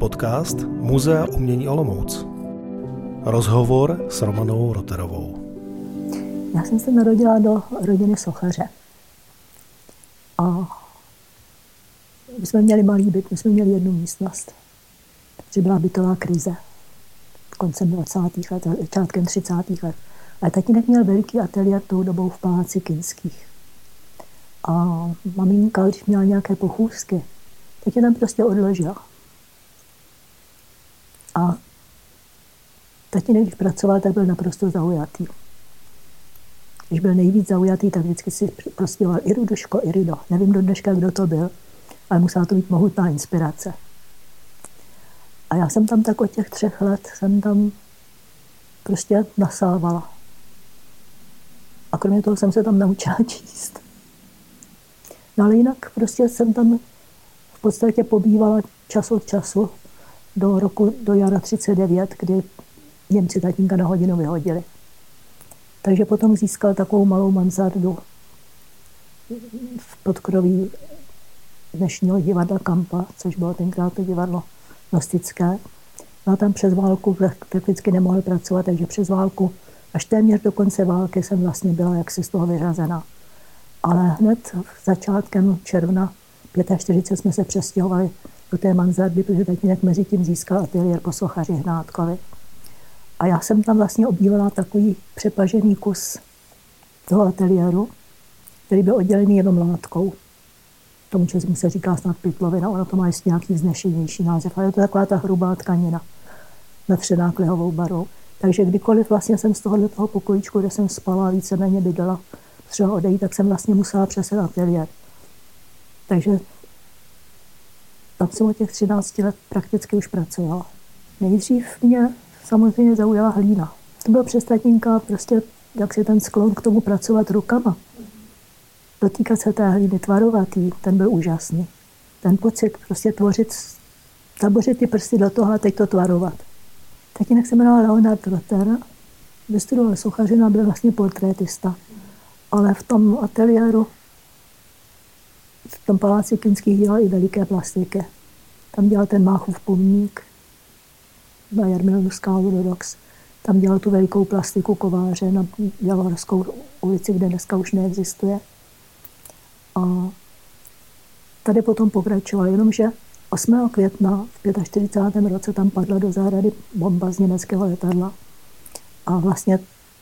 podcast Muzea umění Olomouc. Rozhovor s Romanou Roterovou. Já jsem se narodila do rodiny sochaře. A my jsme měli malý byt, my jsme měli jednu místnost. Protože byla bytová krize. Koncem 20. let, začátkem 30. let. Ale tatínek měl veliký ateliér tou dobou v Paláci Kinských. A maminka, když měla nějaké pochůzky, tak je tam prostě odložila. A tatínek, když pracoval, tak byl naprosto zaujatý. Když byl nejvíc zaujatý, tak vždycky si prospěval i Ruduško, i Rido. Nevím do dneška, kdo to byl, ale musela to být mohutná inspirace. A já jsem tam tak od těch 3 let, jsem tam prostě nasávala. A kromě toho jsem se tam naučila číst. No ale jinak prostě jsem tam v podstatě pobývala čas od času do jara 39, kdy Němci tatínka na hodinu vyhodili. Takže potom získal takovou malou mansardu v podkroví dnešního divadla Kampa, což bylo tenkrát to divadlo nostické. No a tam přes válku prakticky nemohl pracovat, takže přes válku až téměř do konce války jsem vlastně byla jaksi z toho vyřazena. Ale hned začátkem června 45 jsme se přestěhovali do té mansardy, protože tatínek mezi tím získal ateliér po sochaři Hnátkovi. A já jsem tam vlastně obdívala takový přepažený kus toho ateliéru, který byl oddělený jenom látkou. Tomu českému se říká snad pytlovina, ono to má ještě nějaký vznešenější název, ale je to taková ta hrubá tkanina natřená klihovou barvou. Takže kdykoliv vlastně jsem z toho pokojíčku, kde jsem spala a víceméně bydlela, třeba odejít, tak jsem vlastně musela přes ateliér. Takže tam jsem od těch 13 let prakticky už pracovala. Nejdřív mě samozřejmě zaujala hlína. To byl přes tatínka prostě, jak si ten sklon k tomu pracovat rukama. Dotýkat se té hlíny, tvarovat jí, ten byl úžasný. Ten pocit prostě zabořit ty prsty do toho a teď to tvarovat. Tatínek se jmenoval Leonard Roter, vystudoval sochařinu a byl vlastně portrétista. Ale v tom ateliéru, v tom Paláci Kinských dělal i veliké plastiky. Tam dělal ten Máchův pomník na Jarmilovu skálu do Dox. Tam dělal tu velikou plastiku kováře na Bělohorskou ulici, kde dneska už neexistuje. A tady potom pokračoval, jenomže 8. května v 45. roce tam padla do zahrady bomba z německého letadla. A vlastně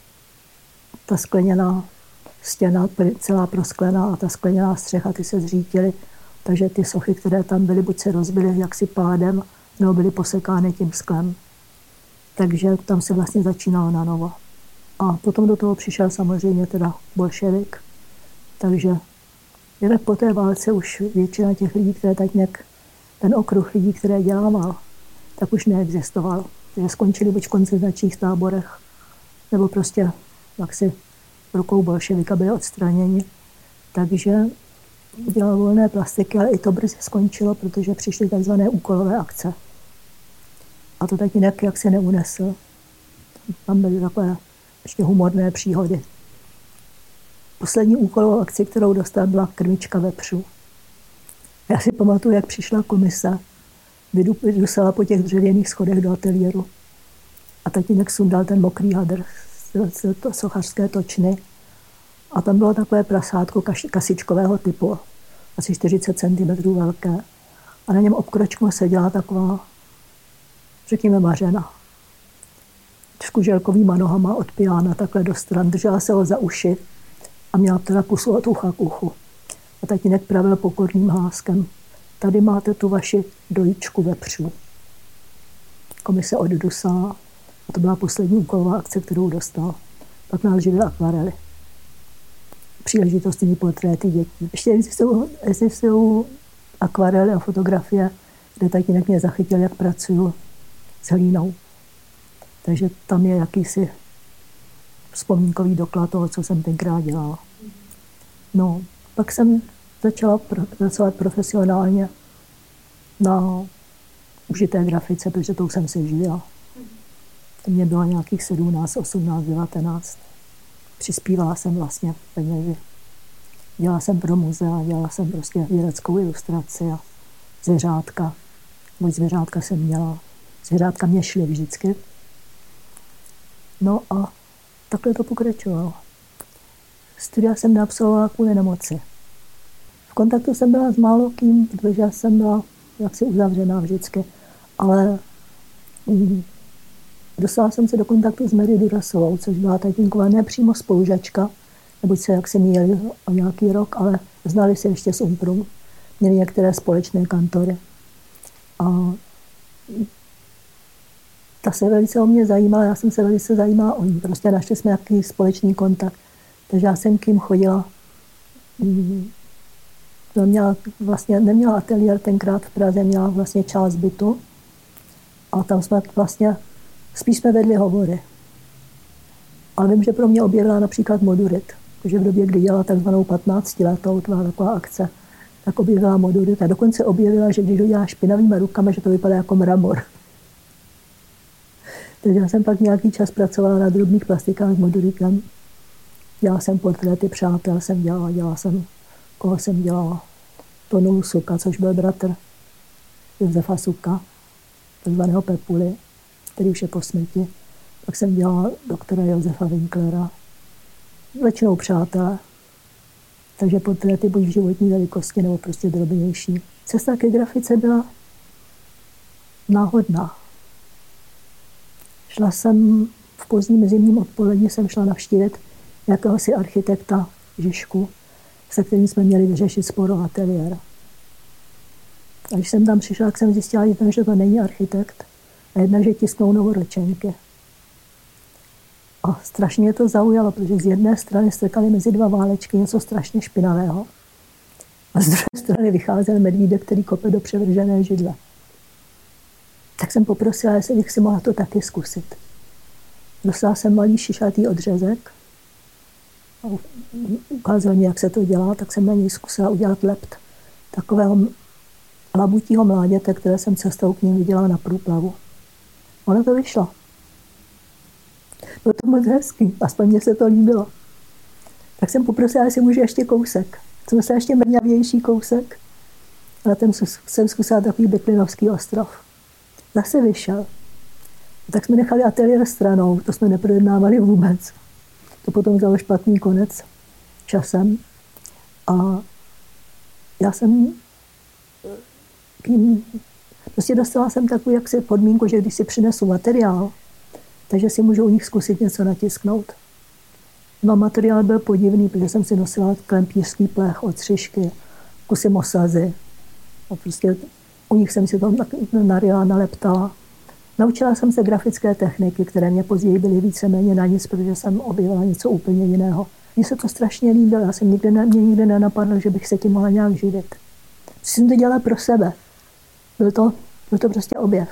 ta skleněná stěna, celá prosklená a ta skleněná střecha, ty se zřítily. Takže ty sochy, které tam byly, buď se rozbily jaksi pádem, nebo byly posekány tím sklem. Takže tam se vlastně začínalo na novo. A potom do toho přišel samozřejmě teda bolševik. Takže jinak po té válce už většina těch lidí, které tatínek, ten okruh lidí, které dělával, tak už neexistoval. Takže skončili buď v koncentračních táborech, nebo prostě jaksi rukou bolševika byli odstraněni. Takže dělal volné plastiky, ale i to brzy skončilo, protože přišly tzv. Úkolové akce. A to tatínek jak se neunesl. Tam byly takové ještě humorné příhody. Poslední úkolovou akci, kterou dostal, byla krmička vepřů. Já si pamatuju, jak přišla komise, vydusala po těch dřevěných schodech do ateliéru. A tatínek sundal ten mokrý hadr z sochařské točny. A tam bylo takové prasátko kasičkového typu, asi 40 cm velké. A na něm obkročku seděla taková, řekněme, mařena. S kuželkovýma nohama odpílána takhle do stran, držela se ho za uši a měla teda pusu od ucha k uchu. A tatínek pravil pokorným hláskem: tady máte tu vaši dojičku vepřů. Komise oddusala a to byla poslední úkolová akce, kterou dostal. Pak nás živil akvarely. Příležitostní portréty dětí. Ještě existují akvarely a fotografie, kde tatínek mě zachytil, jak pracuju s hlínou. Takže tam je jakýsi vzpomínkový doklad toho, co jsem tenkrát dělala. No, pak jsem začala pracovat profesionálně na užité grafice, protože tou jsem se živila. To mě bylo nějakých 17, 18, 19. Přispívala jsem vlastně penězi. Dělala jsem pro muzea, dělala jsem prostě vědeckou ilustraci a zvěřátka. Buď zvěřátka jsem měla. Zvěřátka mě šly vždycky. No a takhle to pokračovalo. Studia jsem neabsolvovala kvůli nemoci. V kontaktu jsem byla s málo kým, protože jsem byla jaksi uzavřená vždycky. Ale dostala jsem se do kontaktu s Mary Durasovou, což byla tatínková nepřímo spolužačka, neboť se jaksi míjeli o nějaký rok, ale znali se ještě z Umprum. Měli některé společné kantory. A ta se velice o mě zajímala, já jsem se velice zajímala o ní. Prostě našli jsme nějaký společný kontakt. Takže já jsem k ním chodila. Neměla ateliér tenkrát v Praze, měla vlastně část bytu. A tam jsme vlastně, spíš jsme vedli hovory. Ale vím, že pro mě objevila například Modurit. Takže v době, kdy dělala takzvanou 15letou, to byla taková akce, tak objevila Modurit. A dokonce objevila, že když to dělá špinavýma rukama, že to vypadá jako mramor. Takže já jsem pak nějaký čas pracovala na drobných plastikách s Moduritem. Dělala jsem portréty přátel, dělala jsem, koho jsem dělala. Tonu Suka, což byl bratr Josefa Suka, takzvaného Pepuly, který už je po smrti. Pak jsem dělala doktora Josefa Winklera. Většinou přátelé. Takže portréty buď v životní velikosti, nebo prostě drobnější. Cesta ke grafice byla náhodná. Šla jsem v pozdním zimním odpoledni, jsem šla navštívit jakéhosi architekta Žižku, se kterým jsme měli vyřešit spor o ateliér. A když jsem tam přišla, tak jsem zjistila, že to není architekt a jednak, že tisknou novoročenky. A strašně mě to zaujalo, protože z jedné strany strkali mezi dva válečky něco strašně špinavého a z druhé strany vycházel medvídek, který kope do převržené židle. Tak jsem poprosila, jestli bych si mohla to taky zkusit. Dostala jsem malý šišatý odřezek a ukázal mi, jak se to dělá, tak jsem na něj zkusila udělat lept takového labutího mláděte, které jsem cestou k ním viděla na průplavu. Ono to vyšlo. Bylo to moc hezký, aspoň mně se to líbilo. Tak jsem poprosila, jestli můžu ještě kousek. Jsem se ještě mrňavější kousek. A na ten jsem zkusila takový Beklinovský ostrov. Zase vyšel. A tak jsme nechali ateliér stranou, to jsme neprojednávali vůbec. To potom vzalo špatný konec časem. A já jsem k ním, prostě dostala jsem takovou jaksi podmínku, že když si přinesu materiál, takže si můžu u nich zkusit něco natisknout. No materiál byl podivný, protože jsem si nosila klempířský plech, odstřižky, kusy mosazy. A prostě u nich jsem si to narila, naleptala. Naučila jsem se grafické techniky, které mě později byly víceméně na nic, protože jsem objevila něco úplně jiného. Mně se to strašně líbilo, mě nikdy nenapadlo, že bych se tím mohla nějak živit. Jsem to dělala pro sebe. Byl to prostě objev.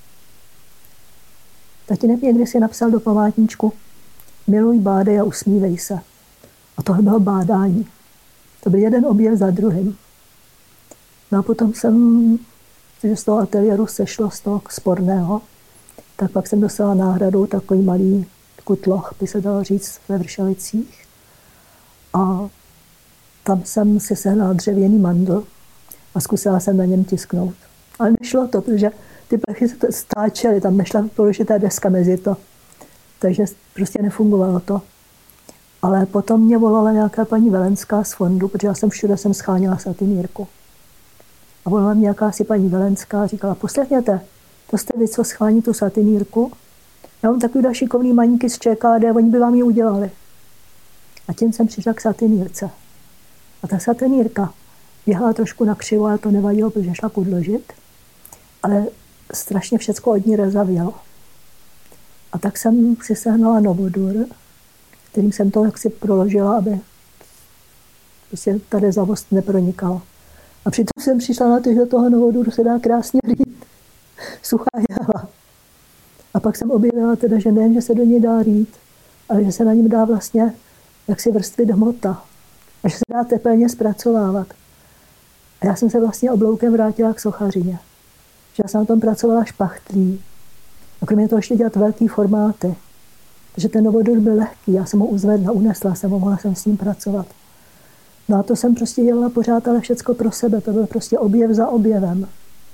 Tatínek mě kdysi napsal do památníčku: miluj, bádej a usmívej se. A tohle bylo bádání. To byl jeden objev za druhým. No a potom jsem, že z toho ateliéru sešlo z toho sporného, tak pak jsem dostala náhradou takový malý kutloch, by se dalo říct, ve Vršovicích. A tam jsem si sehnala dřevěný mandl a zkusila jsem na něm tisknout. Ale nešlo to, protože ty plechy se stáčely, tam nešla položitá deska mezi to. Takže prostě nefungovalo to. Ale potom mě volala nějaká paní Velenská z fondu, protože já jsem všude scháněla satinírku. A volala mě jakási paní Velenská a říkala: poslechněte, to jste vy, co schání tu satinírku? Já mám takový šikovný maníky z ČKD, oni by vám ji udělali. A tím jsem přišla k satinírce. A ta satinírka běhala trošku nakřivo, ale to nevadilo, protože šla podložit. Ale strašně všecko od ní rezavělo. A tak jsem si sehnala novodur, kterým jsem to jaksi proložila, aby prostě ta rezavost nepronikala. A přitom jsem přišla na to, že do toho novoduru se dá krásně rýt. Suchá jehla. A pak jsem objevila teda, že nejen, že se do něj dá rýt, ale že se na něm dá vlastně jaksi vrstvit hmota. A že se dá tepelně zpracovávat. A já jsem se vlastně obloukem vrátila k sochařině. Že já jsem na tom pracovala špachtlí. A kromě toho ještě dělat velký formáty. Takže ten novodur byl lehký, já jsem ho uzvedla, unesla jsem ho, mohla jsem s ním pracovat. No a to jsem prostě dělala pořád, ale všecko pro sebe, to byl prostě objev za objevem.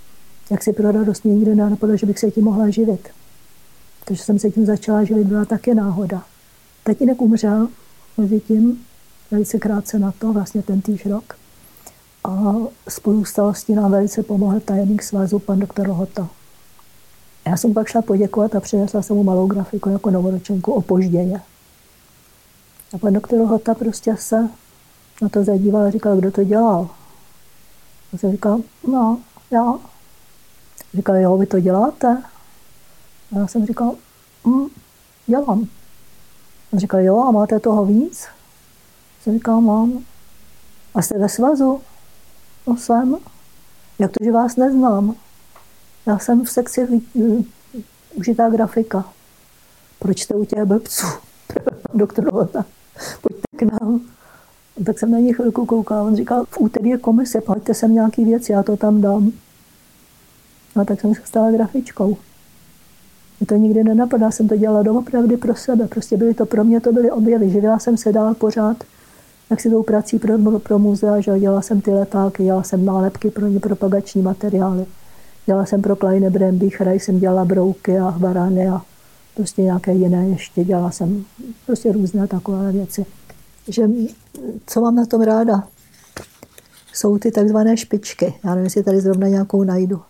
jak si pro radost mě nikdy nenapadlo, že bych se tím mohla živit. Takže jsem se tím začala živit, byla taky náhoda. Tatínek umřel mezi tím, velice krátce na to, vlastně ten týž rok. A spoluzůstalostí nám velice pomohl tajemník svazu, pan doktor Rohota. Já jsem pak šla poděkovat a přinesla jsem mu malou grafiku jako novoročenku opožděně. A pan doktor Rohota prostě se na to zadíval a říkal, kdo to dělal. A jsem říkal, no, já. Říkal, jo, vy to děláte? A já jsem říkal, dělám. A říkal, jo, a máte toho víc? A jsem říkal, mám. A jste ve svazu? No jsem. Jak to, že vás neznám? Já jsem v sekci užitá grafika. Proč jste u těch blbců? Doktor Rohota, pojďte k nám. Tak jsem na něj chvilku koukal. On říkal, v úterý je komise, pojďte sem nějaký věci, já to tam dám. A tak jsem se stala grafičkou. Mě to nikdy nenapadlo, já jsem to dělala doopravdy pro sebe. Prostě byly to pro mě, to byly objevy. Živila jsem se dál pořád, jak si tou prací pro muzea, že dělala jsem ty letáky, dělala jsem nálepky pro ně propagační materiály. Dělala jsem pro Kleine Brembücher, jsem dělala brouky a varany a prostě nějaké jiné ještě. Dělala jsem prostě různé takové věci. Že, co mám na tom ráda, jsou ty takzvané špičky. Já nevím, jestli tady zrovna nějakou najdu.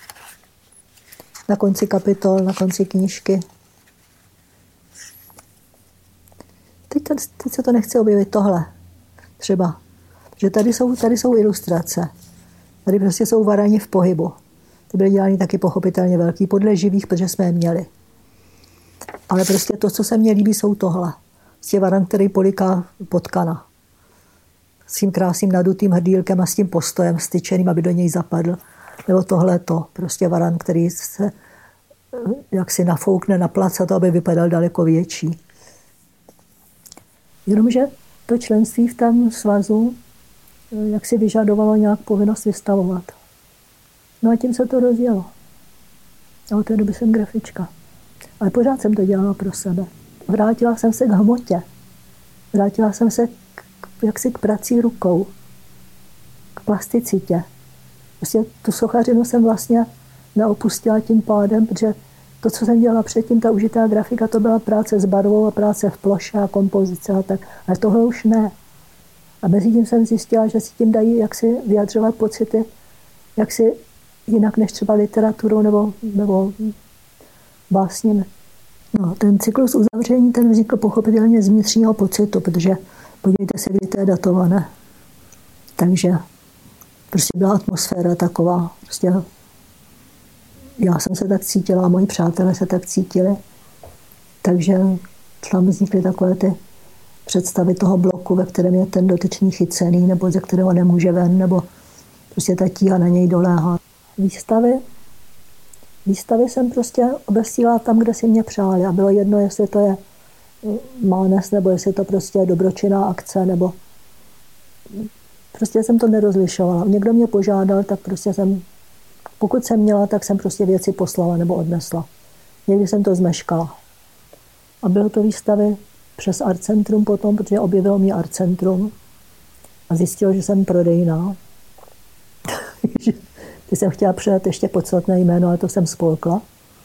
Na konci kapitol, na konci knížky. Teď se to nechce objevit tohle. Třeba. Že tady jsou ilustrace. Tady prostě jsou varani v pohybu. Ty byly dělány taky pochopitelně velký, podle živých, protože jsme je měli. Ale prostě to, co se mně líbí, jsou tohle. Prostě varan, který poliká potkana. S tím krásným nadutým hrdýlkem a s tím postojem styčeným, aby do něj zapadl. Nebo tohle to. Prostě varan, který se jaksi nafoukne na plac a to, aby vypadal daleko větší. Jenomže to členství v tom svazu jak si vyžadovalo nějak povinnost vystavovat. No a tím se to rozjelo. A od té doby jsem grafička. Ale pořád jsem to dělala pro sebe. Vrátila jsem se k hmotě. Vrátila jsem se jaksi k prací rukou. K plasticitě. Prostě tu sochařinu jsem vlastně neopustila tím pádem, protože to, co jsem dělala předtím, ta užitá grafika, to byla práce s barvou a práce v ploše a kompozice a tak. Ale tohle už ne. A mezi tím jsem zjistila, že si tím dají jaksi vyjadřovat pocity, jaksi jinak než třeba literaturou nebo básněmi. No, ten cyklus uzavření, ten vznikl pochopitelně z vnitřního pocitu, protože podívejte se, kdy to je datované. Takže prostě byla atmosféra taková. Prostě já jsem se tak cítila a moji přátelé se tak cítili. Takže tam vznikly takové ty představy toho bloku, ve kterém je ten dotyčný chycený, nebo ze kterého nemůže ven, nebo prostě ta tíha na něj doléhá. Výstavy jsem prostě obesílala tam, kde si mě přáli. A bylo jedno, jestli to je mánes, nebo jestli to prostě je dobročinná akce, nebo prostě jsem to nerozlišovala. Někdo mě požádal, tak prostě pokud jsem měla, tak jsem prostě věci poslala nebo odnesla. Někdy jsem to zmeškala. A bylo to výstavy přes Artcentrum potom, protože objevilo mě Artcentrum a zjistilo, že jsem prodejná. Když jsem chtěla přidat ještě podstatné jméno, ale to jsem spolkla.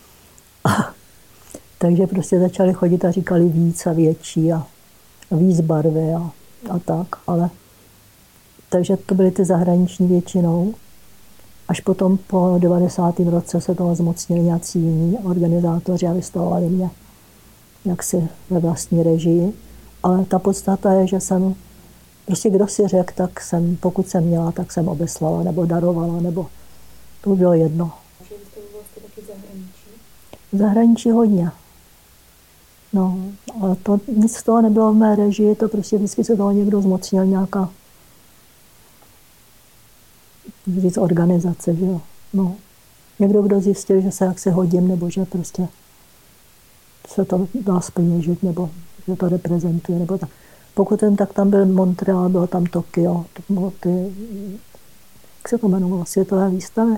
Takže prostě začali chodit a říkali víc a větší a víc barvy a tak. Takže to byly ty zahraniční většinou. Až potom po 90. roce se toho zmocnili nějací jiní organizátoři a vystavovali mě jaksi ve vlastní režii. Ale ta podstata je, že jsem prostě kdo si řekl, tak pokud jsem měla, tak jsem obeslala nebo darovala, nebo to bylo jedno. Že vystavovali jste taky v zahraničí? V zahraničí hodně. No, ale nic z toho nebylo v mé režii, to prostě vždycky se toho někdo zmocnil, nějaká organizace, že jo. No. Někdo, kdo zjistil, že se jaksi hodím, nebo že prostě se to dá splněžit, nebo že to reprezentuje, nebo tak. Pokud jen, tak tam byl Montreal, bylo tam Tokio, jak se to jmenovalo, světové výstavy.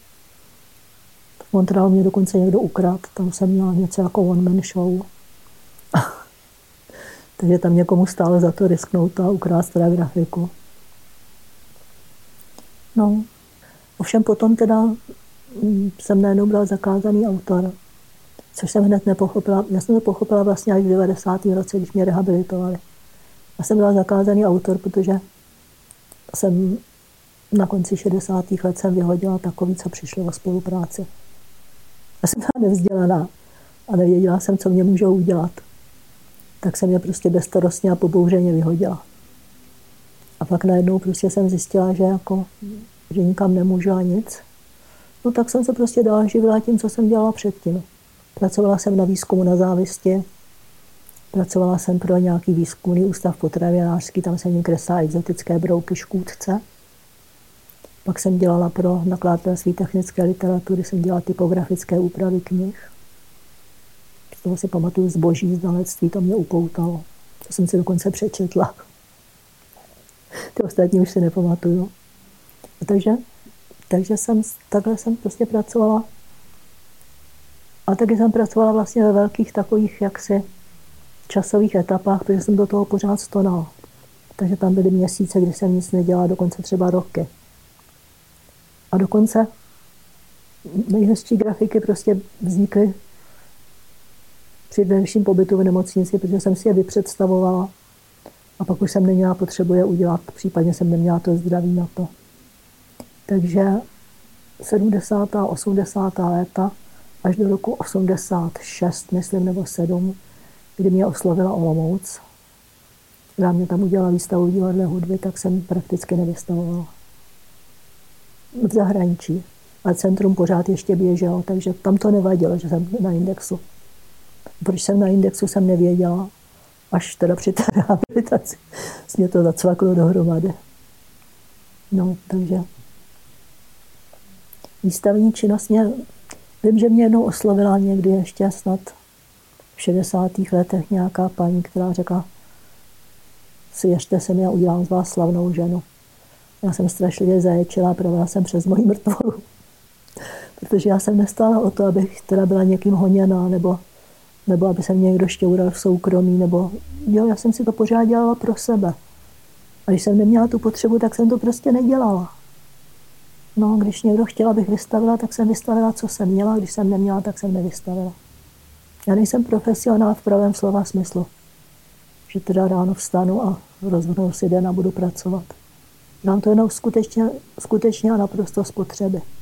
V Montrealu mě dokonce někdo ukradl, tam jsem měla něco jako one-man show. Takže tam někomu stálo za to risknout a ukrást teda grafiku. No, ovšem potom teda jsem najednou byla zakázaný autor, což jsem hned nepochopila. Já jsem to pochopila vlastně až v 90. roce, když mě rehabilitovali. Já jsem byla zakázaný autor, protože jsem na konci 60. let jsem vyhodila takový, co přišlo o spolupráci. Já jsem byla nevzdělaná a nevěděla jsem, co mě můžou udělat. Tak jsem je prostě bezstarostně a pobouřeně vyhodila. A pak najednou prostě jsem zjistila, že nikam nemůžu a nic. No tak jsem se prostě dala živila tím, co jsem dělala předtím. Pracovala jsem na výzkumu na závisti, pracovala jsem pro nějaký výzkumný ústav potravinářský, tam jsem jim kreslila exotické brouky škůdce. Pak jsem dělala pro nakladatelství technické literatury, jsem dělala typografické úpravy knih. Z toho si pamatuju Zboží zdalectví, to mě upoutalo. To jsem si dokonce přečetla. Ty ostatní už si nepamatuju. Takže takhle jsem prostě pracovala. A taky jsem pracovala vlastně ve velkých takových jaksi časových etapách, protože jsem do toho pořád stonala. Takže tam byly měsíce, kdy jsem nic nedělala, dokonce třeba roky. A dokonce nejhezčí grafiky prostě vznikly při dalším pobytu v nemocnici, protože jsem si je vypředstavovala. A pak už jsem neměla potřebu je udělat, případně jsem neměla to zdraví na to. Takže 70. a 80. léta až do roku 86, myslím, nebo 7, kdy mě oslovila Olomouc, která mě tam udělala výstavu v divadle hudby, tak jsem prakticky nevystavovala. V zahraničí. A centrum pořád ještě běželo, takže tam to nevadilo, že jsem na Indexu. Proč jsem na Indexu, jsem nevěděla. Až teda při té rehabilitaci mě to zacvaklo dohromady. No, takže výstavní činnost vím, že mě jednou oslovila někdy ještě snad v 60. letech nějaká paní, která řekla, svěřte se mi a udělám z vás slavnou ženu. Já jsem strašlivě zaječila, provala jsem přes moji mrtvolu. Protože já jsem nestála o to, abych teda byla někým honěná, nebo aby se mě někdo šťoural v soukromí, já jsem si to pořád dělala pro sebe. A když jsem neměla tu potřebu, tak jsem to prostě nedělala. No, když někdo chtěl, abych vystavila, tak jsem vystavila, co jsem měla, když jsem neměla, tak jsem nevystavila. Já nejsem profesionál v pravém slova smyslu. Že teda ráno vstanu a rozhodnu si den a budu pracovat. Mám to jenom skutečně a naprosto z potřeby.